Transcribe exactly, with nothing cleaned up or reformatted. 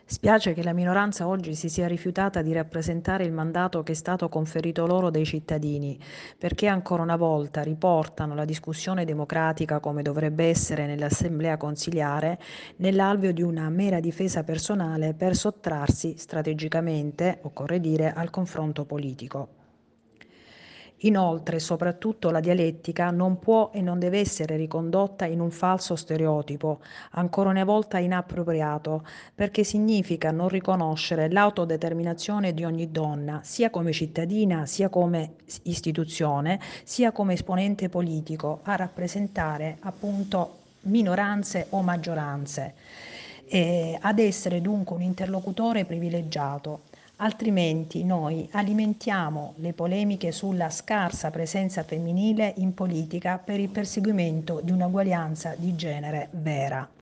Spiace che la minoranza oggi si sia rifiutata di rappresentare il mandato che è stato conferito loro dai cittadini, perché ancora una volta riportano la discussione democratica come dovrebbe essere nell'assemblea consiliare nell'alveo di una mera difesa personale per sottrarsi strategicamente, occorre dire, al confronto politico. Inoltre, e soprattutto, la dialettica non può e non deve essere ricondotta in un falso stereotipo, ancora una volta inappropriato, perché significa non riconoscere l'autodeterminazione di ogni donna, sia come cittadina, sia come s- istituzione, sia come esponente politico, a rappresentare appunto minoranze o maggioranze, e ad essere dunque un interlocutore privilegiato. Altrimenti noi alimentiamo le polemiche sulla scarsa presenza femminile in politica per il perseguimento di un'uguaglianza di genere vera.